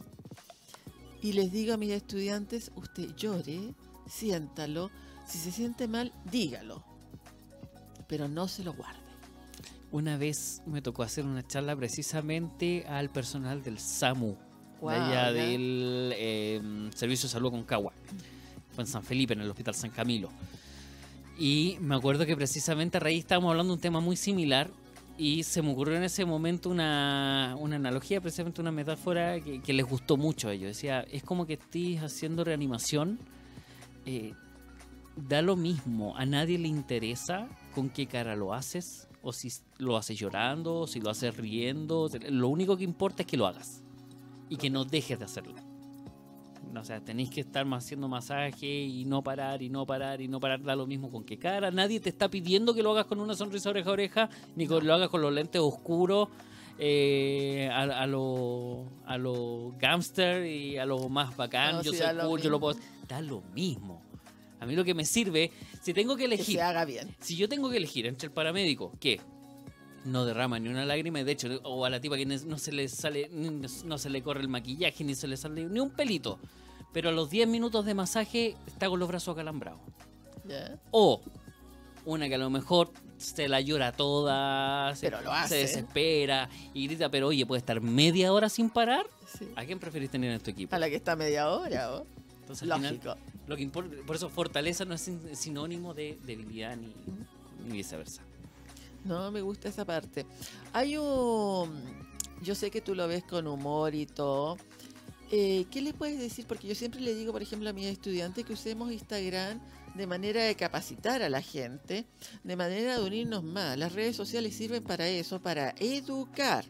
Y les digo a mis estudiantes, usted llore, siéntalo. Si se siente mal, dígalo. Pero no se lo guarde. una vez me tocó hacer una charla precisamente al personal del SAMU, Wow, de allá ya. del eh, Servicio de Salud Aconcagua. Fue en San Felipe, en el Hospital San Camilo. Y me acuerdo que precisamente a raíz estábamos hablando de un tema muy similar y se me ocurrió en ese momento una, una analogía, precisamente una metáfora que, que les gustó mucho a ellos. Decía, es como que estés haciendo reanimación, eh, da lo mismo, a nadie le interesa con qué cara lo haces, o si lo haces llorando, o si lo haces riendo. Lo único que importa es que lo hagas y que no dejes de hacerlo. O sea, tenéis que estar haciendo masaje y no parar, y no parar, y no parar, da lo mismo con qué cara. Nadie te está pidiendo que lo hagas con una sonrisa oreja a oreja, ni que lo hagas con los lentes oscuros, eh, a, a lo, a lo gangster y a lo más bacán. No, yo sí, soy da lo cool, yo lo mismo. puedo... Da lo mismo. A mí lo que me sirve, si tengo que Que elegir, se haga bien. si yo tengo que elegir entre el paramédico, que no derrama ni una lágrima, y de hecho, o a la tipa que no se le sale, no se le corre el maquillaje, ni se le sale ni un pelito, pero a los diez minutos de masaje está con los brazos acalambrados. ¿Ya? O una que a lo mejor se la llora toda, se, Pero lo hace. se desespera y grita, pero oye, ¿puede estar media hora sin parar? Sí. ¿A quién preferís tener en tu equipo? A la que está media hora, ¿o? Entonces, al final, Lógico. lo que importa, por eso fortaleza no es sin- sinónimo de debilidad ni, ni viceversa. No, me gusta esa parte. Hay un... Yo sé que tú lo ves con humor y todo. Eh, ¿Qué les puedes decir? Porque yo siempre le digo, por ejemplo, a mis estudiantes que usemos Instagram de manera de capacitar a la gente, de manera de unirnos más. Las redes sociales sirven para eso, para educar.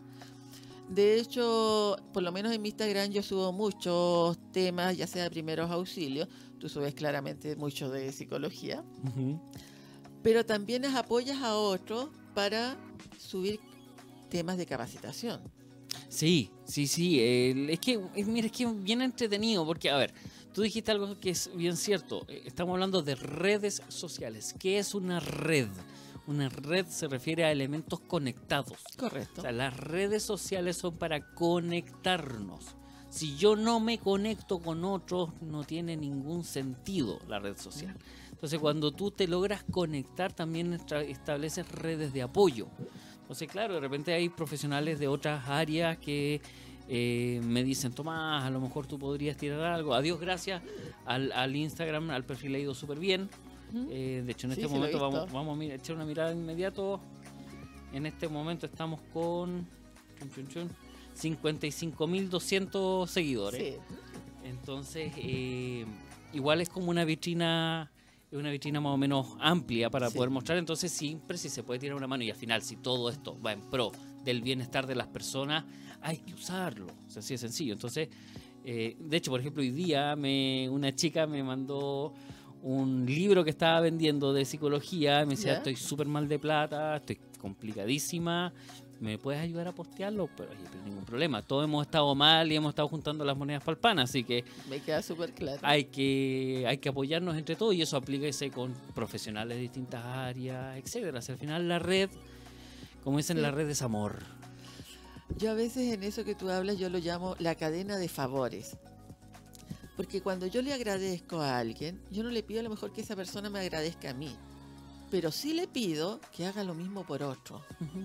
De hecho, por lo menos en mi Instagram yo subo muchos temas, ya sea de primeros auxilios. Tú subes claramente mucho de psicología. Pero también apoyas a otros para subir temas de capacitación. Sí, sí, sí. el- es que, es- mira, es que es bien entretenido porque, a ver, tú dijiste algo que es bien cierto. eh, Estamos hablando de redes sociales. ¿Qué es una red? Una red se refiere a elementos conectados. Correcto. O sea, las redes sociales son para conectarnos. Si yo no me conecto con otros, no tiene ningún sentido la red social. Entonces, cuando tú te logras conectar, también estra- estableces redes de apoyo. Entonces, claro, de repente hay profesionales de otras áreas que eh, me dicen, Tomás, a lo mejor tú podrías tirar algo. Adiós, gracias. Al, al Instagram, al perfil le ha ido súper bien. Ujú. Eh, de hecho, en Sí, este sí, lo he momento visto. vamos, vamos a mira- echar una mirada de inmediato. En este momento estamos con chun, chun, chun, cincuenta y cinco mil doscientos seguidores. Sí. Entonces, eh, igual es como una vitrina, es una vitrina más o menos amplia para Sí. poder mostrar. Entonces, siempre si se puede tirar una mano y al final, si todo esto va en pro del bienestar de las personas, hay que usarlo. O sea, así de sencillo. Entonces, eh, de hecho, por ejemplo, hoy día me, una chica me mandó un libro que estaba vendiendo de psicología. Me decía, ¿Ya? estoy súper mal de plata, estoy complicadísima. ¿Me puedes ayudar a postearlo? Pero, oye, pero ningún problema. Todos hemos estado mal y hemos estado juntando las monedas para el pan, así que Me queda súper claro. hay que hay que apoyarnos entre todos y eso aplíquese con profesionales de distintas áreas, etcétera. O sea, al final la red, como dicen, Sí. la red es amor. Yo a veces en eso que tú hablas, yo lo llamo la cadena de favores. Porque cuando yo le agradezco a alguien, yo no le pido a lo mejor que esa persona me agradezca a mí, pero sí le pido que haga lo mismo por otro.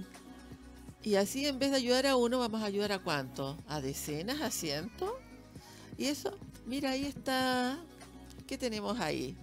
Y así en vez de ayudar a uno, vamos a ayudar a cuánto? ¿A decenas? ¿A cientos? Y eso, mira, ahí está. ¿Qué tenemos ahí?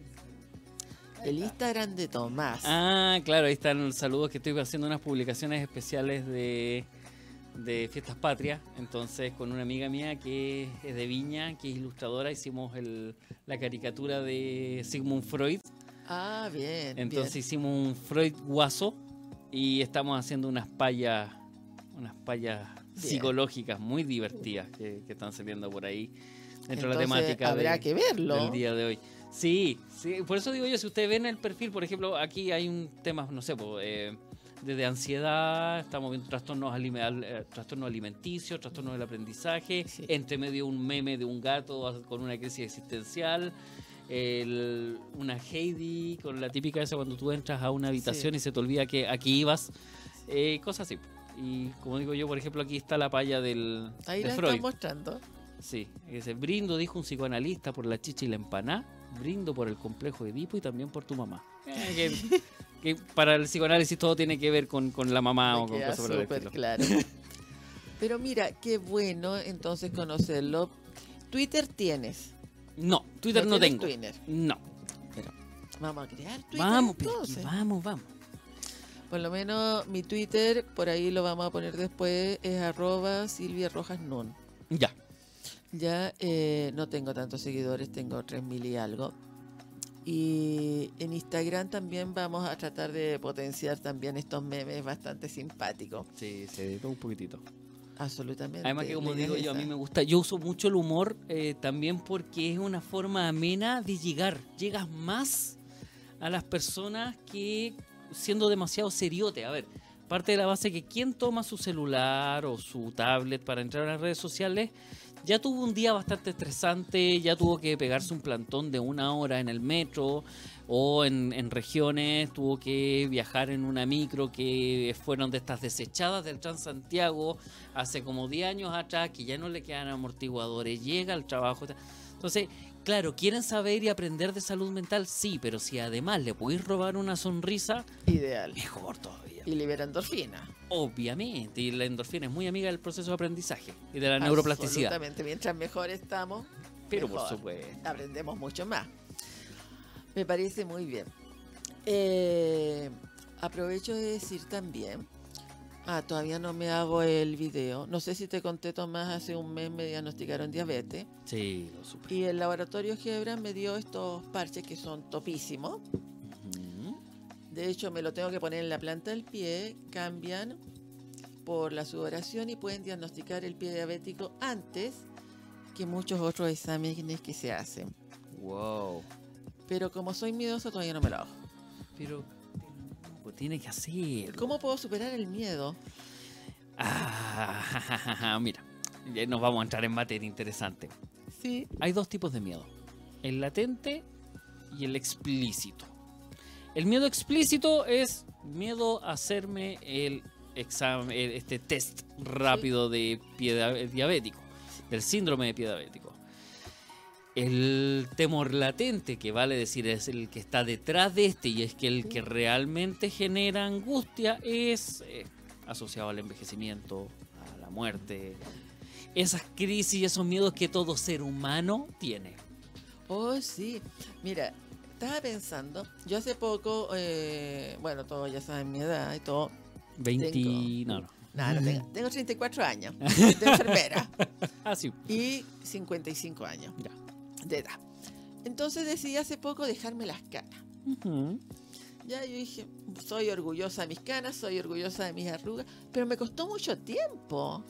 El Instagram de Tomás. Ah, claro, ahí están los saludos, que estoy haciendo unas publicaciones especiales de, de Fiestas Patrias. Entonces, con una amiga mía que es de Viña, que es ilustradora, hicimos el, la caricatura de Sigmund Freud. Ah, bien. Entonces bien. hicimos un Freud guaso y estamos haciendo unas payas, unas payas Bien. psicológicas muy divertidas que, que están saliendo por ahí dentro de la Entonces, temática habrá de- que verlo. del día de hoy. Sí, sí, por eso digo yo, si ustedes ven el perfil, por ejemplo, aquí hay un tema, no sé, pues, eh, desde ansiedad, estamos viendo trastornos, alime- al- eh, trastornos alimenticios, trastornos del aprendizaje, Sí. entre medio un meme de un gato con una crisis existencial, el- una Heidi con la típica esa cuando tú entras a una habitación Sí. y se te olvida que aquí ibas, eh, cosas así. Y como digo yo, por ejemplo, aquí está la palla del, Ahí de la Freud. están mostrando. Sí, dice, brindo, dijo un psicoanalista, por la chicha y la empaná, brindo por el complejo de Edipo y también por tu mamá. Eh, que, que para el psicoanálisis todo tiene que ver con, con la mamá Me o con queda cosas por el súper estilo. claro. Pero mira, qué bueno entonces conocerlo. Twitter tienes. No, Twitter no, no tengo. Twitter. No. Pero vamos a crear Twitter. Vamos, pero entonces. que vamos, vamos. Por lo menos mi Twitter, por ahí lo vamos a poner después, es arroba Silvia Rojas Nun. Ya. Ya eh, no tengo tantos seguidores, tengo tres mil y algo. Y en Instagram también vamos a tratar de potenciar también estos memes bastante simpáticos. Sí, se editó un poquitito. Absolutamente. Además que, como La idea digo es yo, a mí esa. me gusta, yo uso mucho el humor eh, también porque es una forma amena de llegar. Llegas más a las personas que siendo demasiado seriote. A ver, parte de la base que quien toma su celular o su tablet para entrar a las redes sociales ya tuvo un día bastante estresante, ya tuvo que pegarse un plantón de una hora en el metro o en, en regiones, tuvo que viajar en una micro que fueron de estas desechadas del Transantiago hace como diez años atrás, que ya no le quedan amortiguadores, llega al trabajo. Entonces, claro, ¿quieren saber y aprender de salud mental? Sí, pero si además le podéis robar una sonrisa, Ideal. mejor todavía. Y libera endorfina. Obviamente, y la endorfina es muy amiga del proceso de aprendizaje y de la neuroplasticidad. Absolutamente. Mientras mejor estamos, Pero mejor. por supuesto. Aprendemos mucho más. Me parece muy bien. Eh, aprovecho de decir también, ah, todavía no me hago el video. No sé si te conté, Tomás, hace un mes me diagnosticaron diabetes. Sí, lo supe. Y el laboratorio Gebra me dio estos parches que son topísimos. Ujú. De hecho, me lo tengo que poner en la planta del pie, cambian por la sudoración y pueden diagnosticar el pie diabético antes que muchos otros exámenes que se hacen. Wow. Pero como soy miedosa, todavía no me lo hago. Pero pues tiene que hacerlo. ¿Cómo puedo superar el miedo? Ah, mira, ya nos vamos a entrar en materia interesante. Sí. Hay dos tipos de miedo: el latente y el explícito. El miedo explícito es miedo a hacerme el examen, el- este test rápido de pie dia- diabético, del síndrome de pie diabético. El temor latente, que vale decir es el que está detrás de este y es que el que realmente genera angustia, es eh, asociado al envejecimiento, a la muerte, esas crisis y esos miedos que todo ser humano tiene. Oh, sí. Mira, estaba pensando, yo hace poco, eh, bueno, todos ya saben mi edad y todo. veinte... Tengo- No, no. No, no tengo, tengo treinta y cuatro años de enfermera Ah, sí. y cincuenta y cinco años Ya. de edad. Entonces decidí hace poco dejarme las canas. Ujú. Ya yo dije, soy orgullosa de mis canas, soy orgullosa de mis arrugas, pero me costó mucho tiempo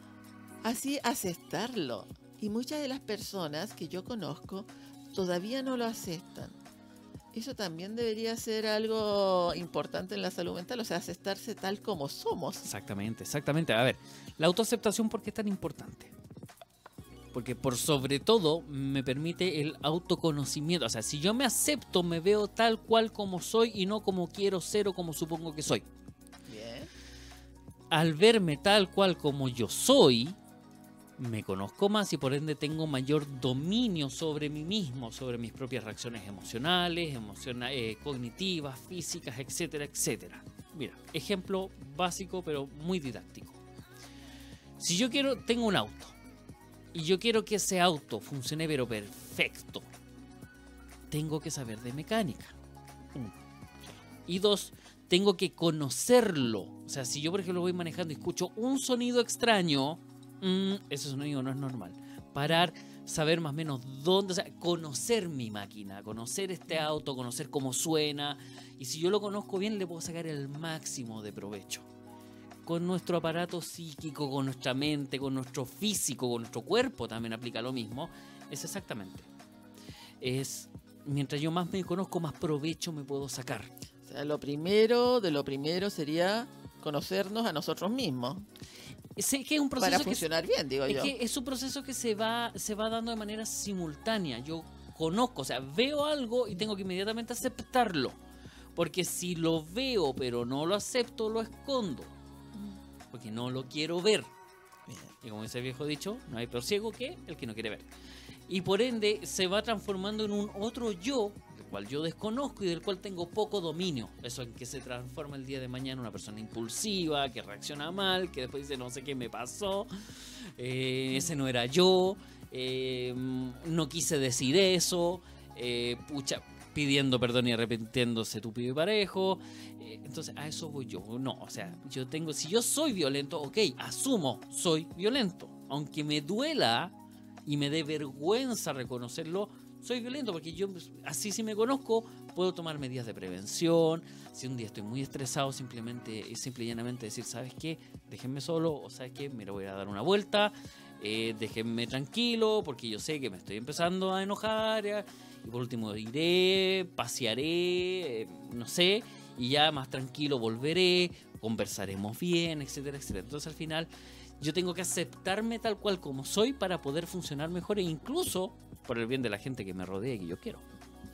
así aceptarlo. Y muchas de las personas que yo conozco todavía no lo aceptan. Eso también debería ser algo importante en la salud mental, o sea, aceptarse tal como somos. Exactamente, exactamente. A ver, la autoaceptación, ¿por qué es tan importante? Porque por sobre todo me permite el autoconocimiento. O sea, si yo me acepto, me veo tal cual como soy y no como quiero ser o como supongo que soy. Bien. Al verme tal cual como yo soy, me conozco más y por ende tengo mayor dominio sobre mí mismo, sobre mis propias reacciones emocionales, emociona- eh, cognitivas, físicas, etcétera, etcétera. Mira, ejemplo básico pero muy didáctico. Si yo quiero, tengo un auto y yo quiero que ese auto funcione pero perfecto, tengo que saber de mecánica. Uno. Y dos, tengo que conocerlo. O sea, si yo por ejemplo voy manejando y escucho un sonido extraño, mm, ese sonido no es normal. Parar, saber más o menos dónde, o sea, conocer mi máquina, conocer este auto, conocer cómo suena. Y si yo lo conozco bien, le puedo sacar el máximo de provecho. Con nuestro aparato psíquico, con nuestra mente, con nuestro físico, con nuestro cuerpo también aplica lo mismo. Es exactamente. Es, mientras yo más me conozco, más provecho me puedo sacar. O sea, lo primero de lo primero sería conocernos a nosotros mismos Es que es un proceso para que funcionar bien, digo Es yo. que es un proceso que se va, se va dando de manera simultánea. Yo conozco, o sea, veo algo y tengo que inmediatamente aceptarlo. Porque si lo veo pero no lo acepto, lo escondo. Porque no lo quiero ver. Bien. Y como dice el viejo dicho, no hay peor ciego que el que no quiere ver. Y por ende se va transformando en un otro yo, del cual yo desconozco y del cual tengo poco dominio. Eso en que se transforma el día de mañana una persona impulsiva, que reacciona mal, que después dice no sé qué me pasó, eh, ese no era yo, eh, no quise decir eso, eh, pucha, pidiendo perdón y arrepintiéndose tupido y parejo. Eh, entonces a eso voy yo. No, o sea, yo tengo, si yo soy violento, ok, asumo, soy violento. Aunque me duela y me dé vergüenza reconocerlo, soy violento, porque yo así, si me conozco, puedo tomar medidas de prevención. Si un día estoy muy estresado, simplemente, simple y llanamente decir, ¿sabes qué? Déjenme solo, o ¿sabes qué? Me lo voy a dar una vuelta, eh, déjenme tranquilo, porque yo sé que me estoy empezando a enojar, ya, y por último iré, pasearé, eh, no sé, y ya más tranquilo volveré, conversaremos bien, etcétera, etcétera. Entonces al final yo tengo que aceptarme tal cual como soy para poder funcionar mejor, e incluso por el bien de la gente que me rodea y que yo quiero.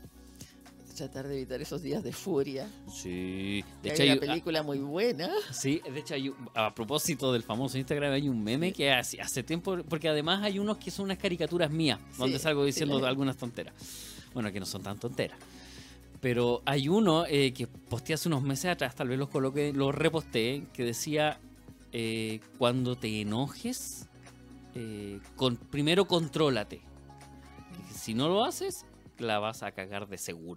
Tratar de evitar esos días de furia. Sí, de Hay hecho una hay, película muy buena. sí, de hecho hay, a propósito del famoso Instagram, hay un meme que hace, hace tiempo, porque además hay unos que son unas caricaturas mías, Sí, donde salgo diciendo sí, la- algunas tonteras. Bueno, que no son tan tonteras. Pero hay uno eh, que posteé hace unos meses atrás, tal vez los coloqué, lo reposté, que decía, eh, cuando te enojes, eh, con, primero contrólate. Que si no lo haces, la vas a cagar de seguro.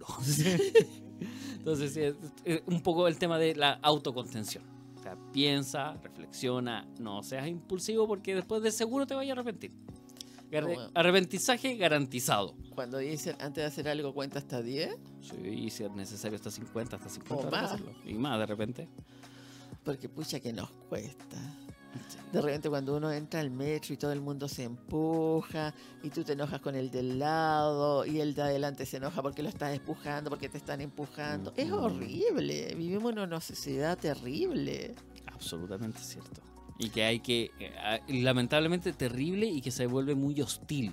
Entonces, es, es un poco el tema de la autocontención. O sea, piensa, reflexiona, no seas impulsivo, porque después de seguro te vayas a arrepentir. Gar- Bueno. Arrepentizaje garantizado. Cuando dicen antes de hacer algo cuenta hasta diez, Sí, y si es necesario hasta cincuenta, hasta cincuenta. O hay que más. hacerlo. Y más de repente. porque pucha que nos cuesta. De repente cuando uno entra al metro y todo el mundo se empuja y tú te enojas con el del lado y el de adelante se enoja porque lo estás empujando, porque te están empujando. Es Ujú. horrible. Vivimos en una sociedad terrible. Absolutamente cierto. Y que hay que, eh, ah, lamentablemente terrible, y que se vuelve muy hostil.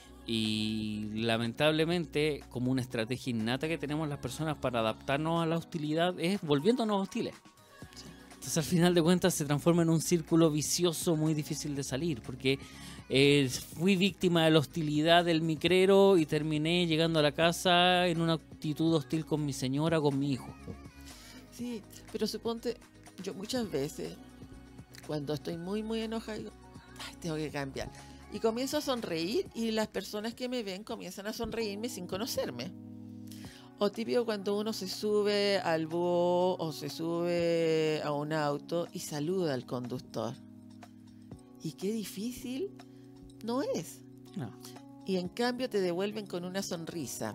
Y lamentablemente, como una estrategia innata que tenemos las personas para adaptarnos a la hostilidad, es volviéndonos hostiles. Entonces al final de cuentas se transforma en un círculo vicioso muy difícil de salir, porque eh, fui víctima de la hostilidad del micrero y terminé llegando a la casa en una actitud hostil con mi señora, con mi hijo. Sí, pero suponte, yo muchas veces, cuando estoy muy, muy enojada, digo, ay, tengo que cambiar. Y comienzo a sonreír y las personas que me ven comienzan a sonreírme sin conocerme. O típico cuando uno se sube al bus o se sube a un auto y saluda al conductor. Y qué difícil no es. No. Y en cambio te devuelven con una sonrisa.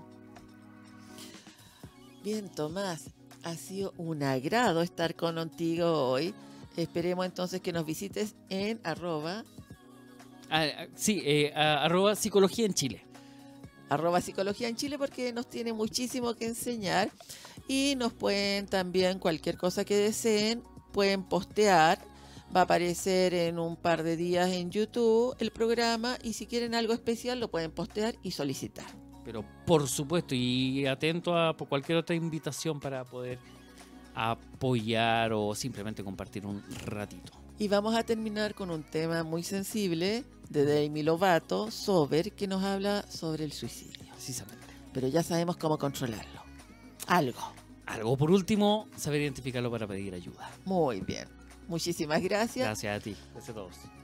Bien, Tomás, ha sido un agrado estar contigo hoy. Esperemos entonces que nos visites en arroba, Ah, ah, sí, eh, a- arroba psicología en Chile. arroba psicología en Chile, porque nos tiene muchísimo que enseñar y nos pueden también, cualquier cosa que deseen, pueden postear. Va a aparecer en un par de días en YouTube el programa y si quieren algo especial lo pueden postear y solicitar. Pero por supuesto, y atento a por cualquier otra invitación para poder apoyar o simplemente compartir un ratito. Y vamos a terminar con un tema muy sensible de Demi Lovato, Sober, que nos habla sobre el suicidio. Precisamente. Pero ya sabemos cómo controlarlo. Algo. Algo por último, saber identificarlo para pedir ayuda. Muy bien. Muchísimas gracias. Gracias a ti. Gracias a todos.